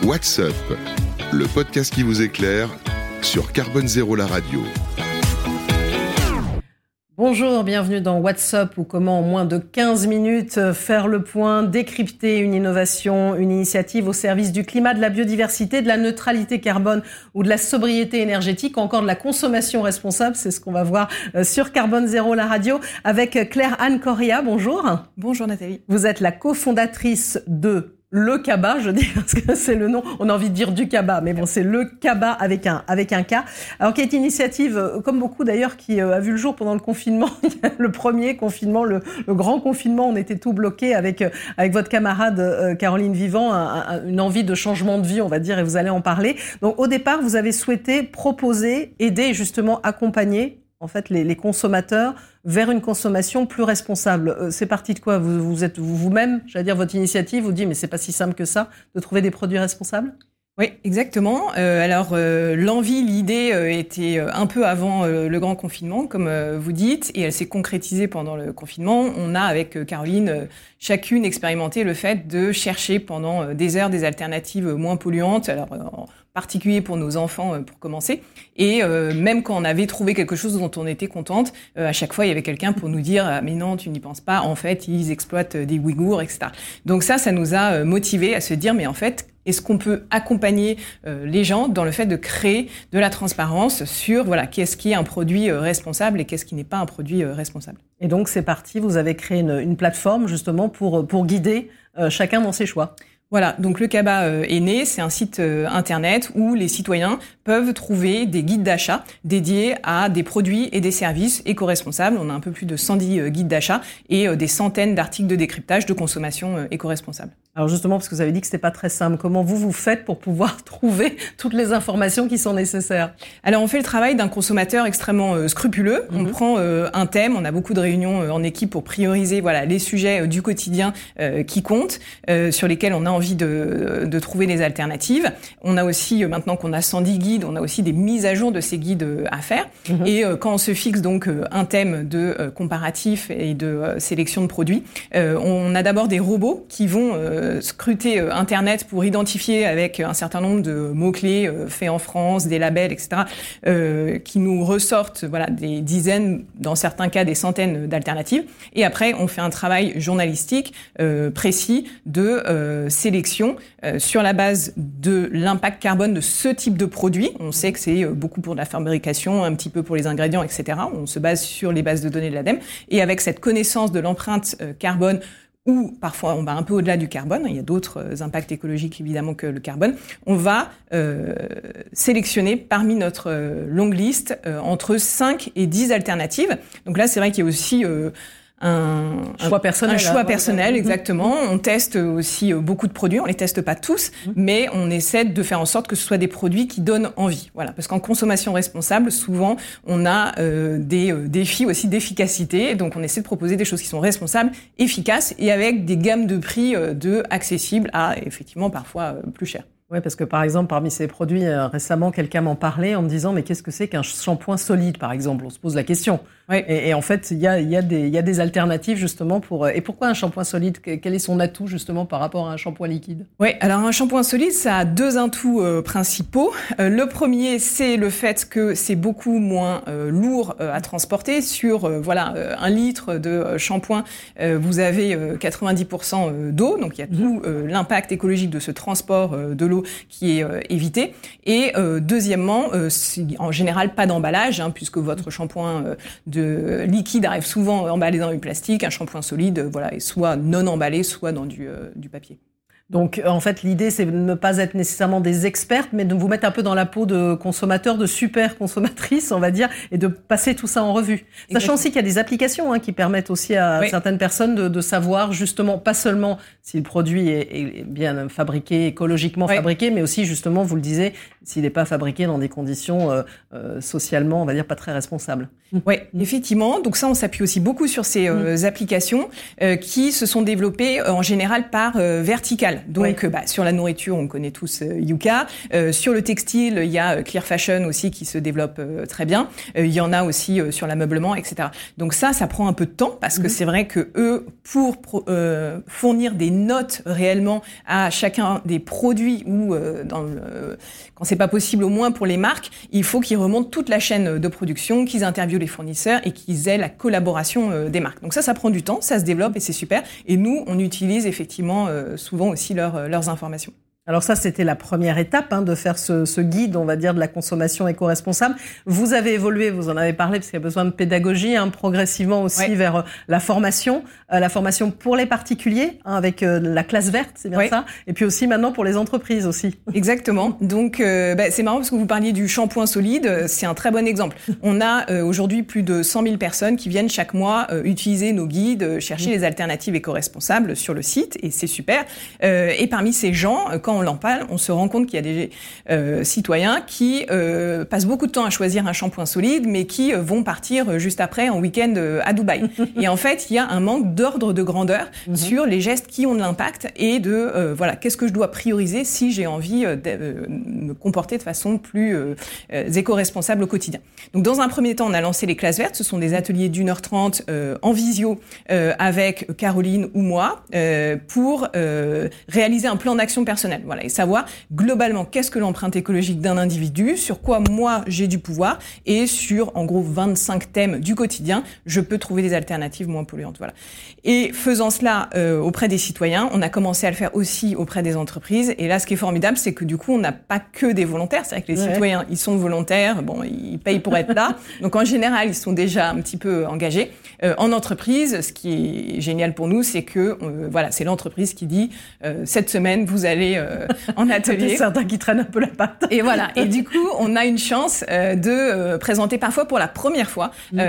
What's Up, le podcast qui vous éclaire sur Carbone Zéro la radio. Bonjour, bienvenue dans What's Up, ou comment en moins de 15 minutes faire le point, décrypter une innovation, une initiative au service du climat, de la biodiversité, de la neutralité carbone ou de la sobriété énergétique, ou encore de la consommation responsable. C'est ce qu'on va voir sur Carbone Zéro la radio avec Claire-Anne Correa. Bonjour. Bonjour Nathalie. Vous êtes la cofondatrice de Le Kaba, je dis, parce que c'est le nom, on a envie de dire du Kaba, mais bon, c'est Le Kaba avec un K. Alors, qui est une initiative, comme beaucoup d'ailleurs, qui a vu le jour pendant le confinement, le premier confinement, le grand confinement, on était tout bloqués avec votre camarade Caroline Vivant, une envie de changement de vie, on va dire, et vous allez en parler. Donc, au départ, vous avez souhaité proposer, aider, justement, accompagner en fait les consommateurs vers une consommation plus responsable. C'est parti de quoi ? Vous êtes vous-même, j'allais dire, votre initiative vous dit mais c'est pas si simple que ça de trouver des produits responsables ? Oui, exactement. L'envie, l'idée était un peu avant le grand confinement, comme vous dites, et elle s'est concrétisée pendant le confinement. On a, avec Caroline, chacune expérimenté le fait de chercher pendant des heures des alternatives moins polluantes, alors en particulier pour nos enfants, pour commencer. Et même quand on avait trouvé quelque chose dont on était contente, à chaque fois, il y avait quelqu'un pour nous dire « Mais non, tu n'y penses pas, en fait, ils exploitent des Ouïghours, etc. » Donc ça nous a motivés à se dire « Mais en fait, est-ce qu'on peut accompagner les gens dans le fait de créer de la transparence sur qu'est-ce qui est un produit responsable et qu'est-ce qui n'est pas un produit responsable ?» Et donc c'est parti, vous avez créé une plateforme justement pour guider chacun dans ses choix. Voilà, donc le Kaba est né, c'est un site internet où les citoyens peuvent trouver des guides d'achat dédiés à des produits et des services éco-responsables. On a un peu plus de 110 guides d'achat et des centaines d'articles de décryptage de consommation éco-responsable. Alors justement, parce que vous avez dit que c'était pas très simple, comment vous faites pour pouvoir trouver toutes les informations qui sont nécessaires ? Alors on fait le travail d'un consommateur extrêmement scrupuleux. On prend un thème, on a beaucoup de réunions en équipe pour prioriser les sujets du quotidien qui comptent, sur lesquels on a envie de trouver des alternatives. On a aussi, maintenant qu'on a 110 guides, on a aussi des mises à jour de ces guides à faire. Et quand on se fixe donc un thème de comparatif et de sélection de produits, on a d'abord des robots qui vont scruter Internet pour identifier avec un certain nombre de mots-clés faits en France, des labels, etc., qui nous ressortent des dizaines, dans certains cas des centaines d'alternatives. Et après, on fait un travail journalistique précis de sélection sur la base de l'impact carbone de ce type de produit. On sait que c'est beaucoup pour de la fabrication, un petit peu pour les ingrédients, etc. On se base sur les bases de données de l'ADEME. Et avec cette connaissance de l'empreinte carbone, ou parfois on va un peu au-delà du carbone, il y a d'autres impacts écologiques évidemment que le carbone, on va sélectionner parmi notre longue liste entre 5 et 10 alternatives. Donc là, c'est vrai qu'il y a aussi un choix personnel, exactement. On teste aussi beaucoup de produits, on les teste pas tous, mais on essaie de faire en sorte que ce soit des produits qui donnent envie. Voilà, parce qu'en consommation responsable, souvent, on a des défis aussi d'efficacité, donc on essaie de proposer des choses qui sont responsables, efficaces et avec des gammes de prix accessibles à effectivement parfois plus cher. Oui, parce que par exemple, parmi ces produits, récemment, quelqu'un m'en parlait en me disant « Mais qu'est-ce que c'est qu'un shampoing solide, par exemple ?» On se pose la question. Oui. Et en fait, il y a des alternatives justement pour... Et pourquoi un shampoing solide ? Quel est son atout justement par rapport à un shampoing liquide ? Oui, alors un shampoing solide, ça a 2 atouts principaux. Le premier, c'est le fait que c'est beaucoup moins lourd à transporter. Sur 1 litre de shampoing, vous avez 90% d'eau, donc il y a tout l'impact écologique de ce transport de l'eau qui est évité. Et deuxièmement, c'est en général pas d'emballage, puisque votre shampoing de liquide arrive souvent emballé dans du plastique. Un shampoing solide, est soit non emballé, soit dans du papier. Donc, en fait, l'idée, c'est de ne pas être nécessairement des expertes, mais de vous mettre un peu dans la peau de consommateurs, de super consommatrices, on va dire, et de passer tout ça en revue. Exactement. Sachant aussi qu'il y a des applications qui permettent aussi à certaines personnes de savoir justement, pas seulement si le produit est bien fabriqué, écologiquement fabriqué, mais aussi justement, vous le disiez, s'il n'est pas fabriqué dans des conditions socialement, on va dire, pas très responsables. Oui, effectivement. Donc ça, on s'appuie aussi beaucoup sur ces applications qui se sont développées en général par verticale. local. Donc, sur la nourriture, on connaît tous Yuka. Sur le textile, il y a Clear Fashion aussi qui se développe très bien. Il y en a aussi sur l'ameublement, etc. Donc ça prend un peu de temps parce que c'est vrai que eux, pour fournir des notes réellement à chacun des produits ou quand c'est pas possible, au moins pour les marques, il faut qu'ils remontent toute la chaîne de production, qu'ils interviewent les fournisseurs et qu'ils aient la collaboration des marques. Donc ça prend du temps, ça se développe et c'est super. Et nous, on utilise effectivement souvent aussi leurs informations. Alors ça, c'était la première étape de faire ce guide, on va dire, de la consommation éco-responsable. Vous avez évolué, vous en avez parlé, parce qu'il y a besoin de pédagogie, progressivement aussi vers la formation pour les particuliers, avec la classe verte, c'est bien ça, et puis aussi maintenant pour les entreprises aussi. Exactement. Donc c'est marrant parce que vous parliez du shampoing solide, c'est un très bon exemple. On a aujourd'hui plus de 100 000 personnes qui viennent chaque mois utiliser nos guides, chercher les alternatives éco-responsables sur le site, et c'est super. Et parmi ces gens, quand on en parle, on se rend compte qu'il y a des citoyens qui passent beaucoup de temps à choisir un shampoing solide, mais qui vont partir juste après en week-end à Dubaï. Et en fait, il y a un manque d'ordre de grandeur sur les gestes qui ont de l'impact et de qu'est-ce que je dois prioriser si j'ai envie de me comporter de façon plus éco-responsable au quotidien. Donc, dans un premier temps, on a lancé les classes vertes. Ce sont des ateliers d'1h30 en visio avec Caroline ou moi pour réaliser un plan d'action personnel. Et savoir globalement qu'est-ce que l'empreinte écologique d'un individu, sur quoi moi j'ai du pouvoir, et sur en gros 25 thèmes du quotidien, je peux trouver des alternatives moins polluantes. Et faisant cela auprès des citoyens, on a commencé à le faire aussi auprès des entreprises. Et là, ce qui est formidable, c'est que du coup, on n'a pas que des volontaires. C'est vrai que les citoyens, ils sont volontaires, ils payent pour être là. Donc en général, ils sont déjà un petit peu engagés. En entreprise, ce qui est génial pour nous, c'est que c'est l'entreprise qui dit cette semaine, vous allez en atelier. Certains qui traînent un peu la patte. Et voilà. Et du coup, on a une chance de présenter parfois pour la première fois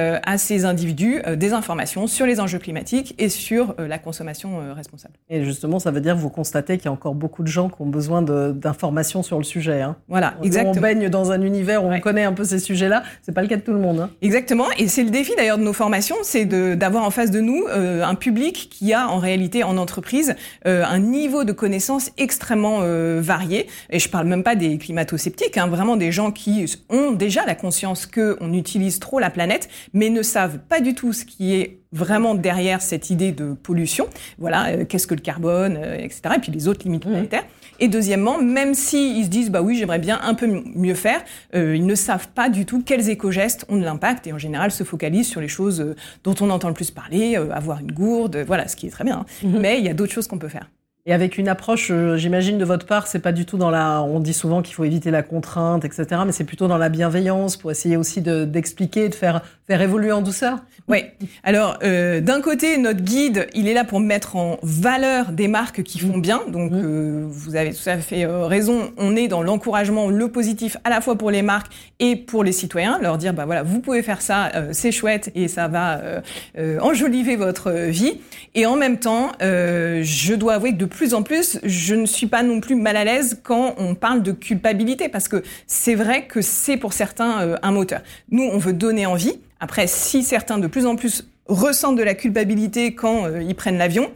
à ces individus des informations sur les enjeux climatiques et sur la consommation responsable. Et justement, ça veut dire que vous constatez qu'il y a encore beaucoup de gens qui ont besoin d'informations sur le sujet. Voilà, exactement. On baigne dans un univers où on connaît un peu ces sujets-là. C'est pas le cas de tout le monde. Exactement. Et c'est le défi d'ailleurs de nos formations, c'est d'avoir en face de nous un public qui a en réalité en entreprise un niveau de connaissance extrêmement variés. Et je parle même pas des climato-sceptiques, vraiment des gens qui ont déjà la conscience qu'on utilise trop la planète, mais ne savent pas du tout ce qui est vraiment derrière cette idée de pollution. Qu'est-ce que le carbone, etc. Et puis les autres limites planétaires. Et deuxièmement, même s'ils se disent, oui, j'aimerais bien un peu mieux faire, ils ne savent pas du tout quels éco-gestes ont de l'impact et en général se focalisent sur les choses dont on entend le plus parler, avoir une gourde, ce qui est très bien. Mais il y a d'autres choses qu'on peut faire. Et avec une approche, j'imagine, de votre part, c'est pas du tout on dit souvent qu'il faut éviter la contrainte, etc., mais c'est plutôt dans la bienveillance pour essayer aussi d'expliquer, de faire évoluer en douceur. Oui. Alors, d'un côté, notre guide, il est là pour mettre en valeur des marques qui font bien. Donc, vous avez tout à fait raison. On est dans l'encouragement, le positif, à la fois pour les marques et pour les citoyens. Leur dire, vous pouvez faire ça, c'est chouette et ça va enjoliver votre vie. Et en même temps, je dois avouer que de plus en plus, je ne suis pas non plus mal à l'aise quand on parle de culpabilité, parce que c'est vrai que c'est pour certains un moteur. Nous, on veut donner envie. Après, si certains de plus en plus ressentent de la culpabilité quand ils prennent l'avion,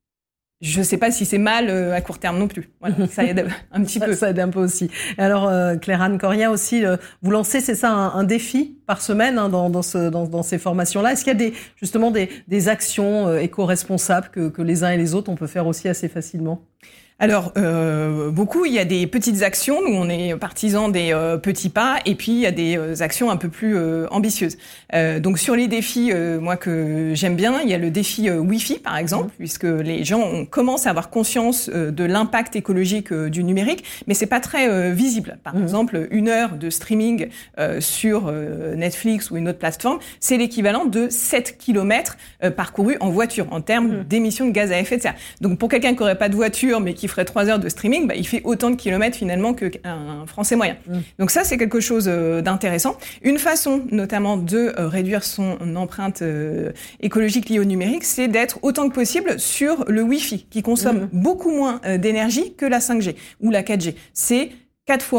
je ne sais pas si c'est mal à court terme non plus. Ça aide un petit peu. Ça aide un peu aussi. Alors, Claire-Anne Corria aussi, vous lancez, c'est ça, un défi par semaine dans ces formations-là. Est-ce qu'il y a justement des actions éco-responsables que les uns et les autres, on peut faire aussi assez facilement ? Alors, beaucoup, il y a des petites actions. Nous, on est partisans des petits pas. Et puis, il y a des actions un peu plus ambitieuses. Donc, sur les défis, moi, que j'aime bien, il y a le défi Wi-Fi, par exemple, puisque les gens commencent à avoir conscience de l'impact écologique du numérique, mais c'est pas très visible. Par exemple, 1 heure de streaming sur Netflix ou une autre plateforme, c'est l'équivalent de 7 kilomètres parcourus en voiture, en termes d'émissions de gaz à effet de serre. Donc, pour quelqu'un qui n'aurait pas de voiture, mais qui ferait 3 heures de streaming, il fait autant de kilomètres finalement qu'un Français moyen. Donc ça, c'est quelque chose d'intéressant. Une façon, notamment, de réduire son empreinte écologique liée au numérique, c'est d'être autant que possible sur le Wi-Fi, qui consomme beaucoup moins d'énergie que la 5G ou la 4G. C'est 4 fois moins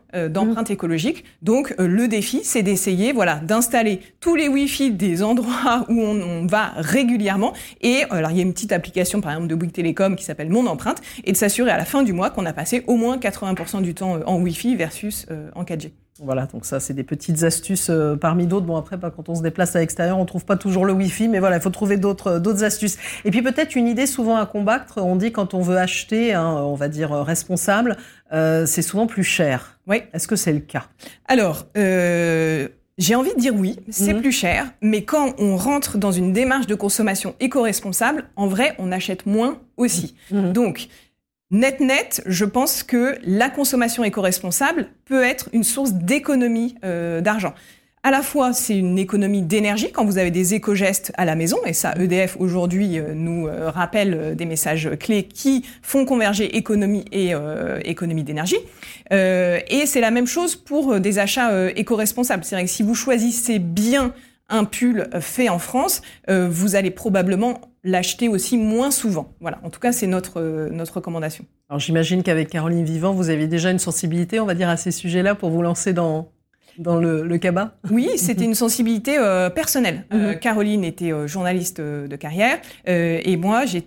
d'empreinte écologique. Donc, le défi, c'est d'essayer, d'installer tous les Wi-Fi des endroits où on va régulièrement. Et alors, il y a une petite application, par exemple, de Bouygues Télécom qui s'appelle Mon Empreinte, et de s'assurer à la fin du mois qu'on a passé au moins 80% du temps en Wi-Fi versus en 4G. Voilà, donc ça, c'est des petites astuces parmi d'autres. Bon, après, quand on se déplace à l'extérieur, on trouve pas toujours le Wi-Fi, mais voilà, il faut trouver d'autres astuces. Et puis peut-être une idée souvent à combattre. On dit quand on veut acheter, on va dire responsable, c'est souvent plus cher. Oui. Est-ce que c'est le cas? Alors, j'ai envie de dire oui, c'est plus cher, mais quand on rentre dans une démarche de consommation éco-responsable, en vrai, on achète moins aussi. Donc, net, je pense que la consommation éco-responsable peut être une source d'économie d'argent. À la fois, c'est une économie d'énergie quand vous avez des éco-gestes à la maison, et ça, EDF aujourd'hui nous rappelle des messages clés qui font converger économie et économie d'énergie. Et c'est la même chose pour des achats éco-responsables. C'est-à-dire que si vous choisissez bien un pull fait en France, vous allez probablement l'acheter aussi moins souvent. Voilà, en tout cas, c'est notre recommandation. Alors j'imagine qu'avec Caroline Vivant, vous aviez déjà une sensibilité, on va dire, à ces sujets-là pour vous lancer dans le cabas? Oui, c'était une sensibilité personnelle. Caroline était journaliste de carrière et moi, j'ai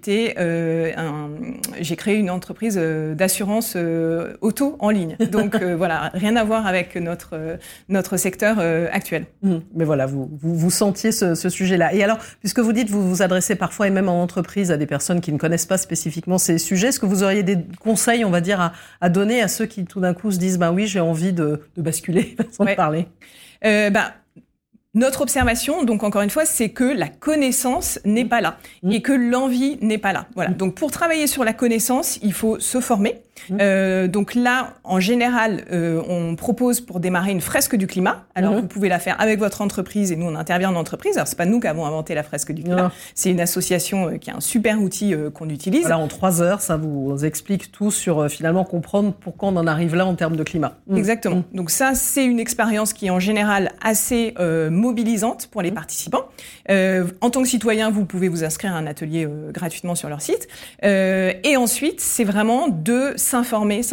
créé une entreprise d'assurance auto en ligne. Donc voilà, rien à voir avec notre secteur actuel. Mais voilà, vous sentiez ce sujet-là. Et alors, puisque vous dites vous vous adressez parfois et même en entreprise à des personnes qui ne connaissent pas spécifiquement ces sujets, est-ce que vous auriez des conseils, on va dire, à donner à ceux qui tout d'un coup se disent oui, j'ai envie de basculer, façon de parler? Notre observation, donc encore une fois, c'est que la connaissance n'est pas là et que l'envie n'est pas là. Voilà. Donc pour travailler sur la connaissance, il faut se former. Donc là, en général, on propose pour démarrer une fresque du climat. Alors vous pouvez la faire avec votre entreprise et nous on intervient en entreprise. Alors c'est pas nous qui avons inventé la fresque du climat, c'est une association qui a un super outil qu'on utilise. Voilà, en 3 heures, ça vous explique tout sur finalement comprendre pourquoi on en arrive là en termes de climat. Exactement. Donc ça, c'est une expérience qui est en général assez mobilisante pour les participants. En tant que citoyen, vous pouvez vous inscrire à un atelier gratuitement sur leur site. Et ensuite, c'est vraiment de s'informer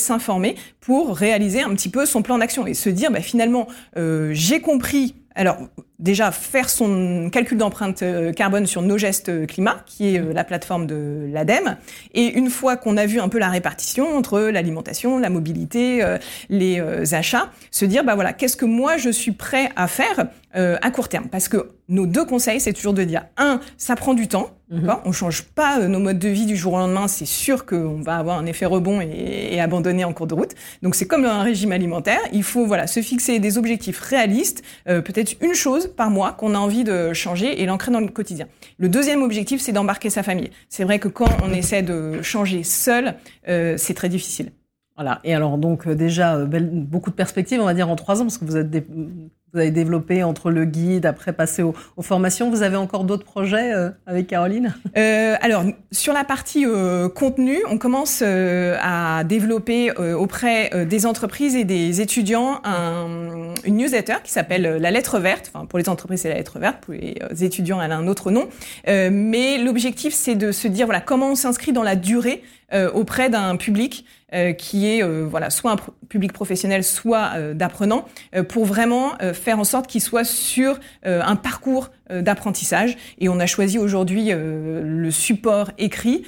pour réaliser un petit peu son plan d'action et se dire finalement j'ai compris. Alors déjà faire son calcul d'empreinte carbone sur Nos Gestes Climat, qui est la plateforme de l'ADEME. Et une fois qu'on a vu un peu la répartition entre l'alimentation, la mobilité, les achats, se dire voilà, qu'est-ce que moi je suis prêt à faire à court terme. Parce que nos 2 conseils, c'est toujours de dire ça prend du temps. On change pas nos modes de vie du jour au lendemain, c'est sûr qu'on va avoir un effet rebond et abandonner en cours de route. Donc c'est comme un régime alimentaire, il faut se fixer des objectifs réalistes, peut-être une chose par mois qu'on a envie de changer et l'ancrer dans le quotidien. Le deuxième objectif, c'est d'embarquer sa famille. C'est vrai que quand on essaie de changer seul, c'est très difficile. Voilà. Et alors donc déjà beaucoup de perspectives, on va dire en 3 ans, parce que vous avez développé entre le guide, après passer aux formations. Vous avez encore d'autres projets avec Caroline? Alors sur la partie contenu, on commence à développer auprès des entreprises et des étudiants une newsletter qui s'appelle La Lettre Verte. Enfin pour les entreprises c'est La Lettre Verte, pour les étudiants elle a un autre nom. Mais l'objectif c'est de se dire comment on s'inscrit dans la durée auprès d'un public qui est soit un public professionnel, soit d'apprenants, pour vraiment faire en sorte qu'il soit sur un parcours d'apprentissage. Et on a choisi aujourd'hui le support écrit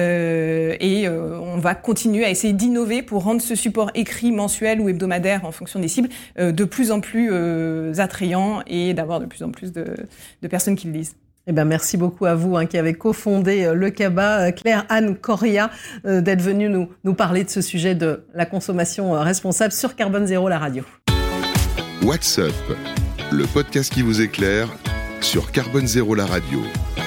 et on va continuer à essayer d'innover pour rendre ce support écrit mensuel ou hebdomadaire en fonction des cibles de plus en plus attrayant et d'avoir de plus en plus de personnes qui le lisent. Merci beaucoup à vous qui avez cofondé le cabas, Claire-Anne Correa, d'être venue nous parler de ce sujet de la consommation responsable sur Carbone Zéro, la radio. What's Up, le podcast qui vous éclaire sur Carbone Zéro, la radio.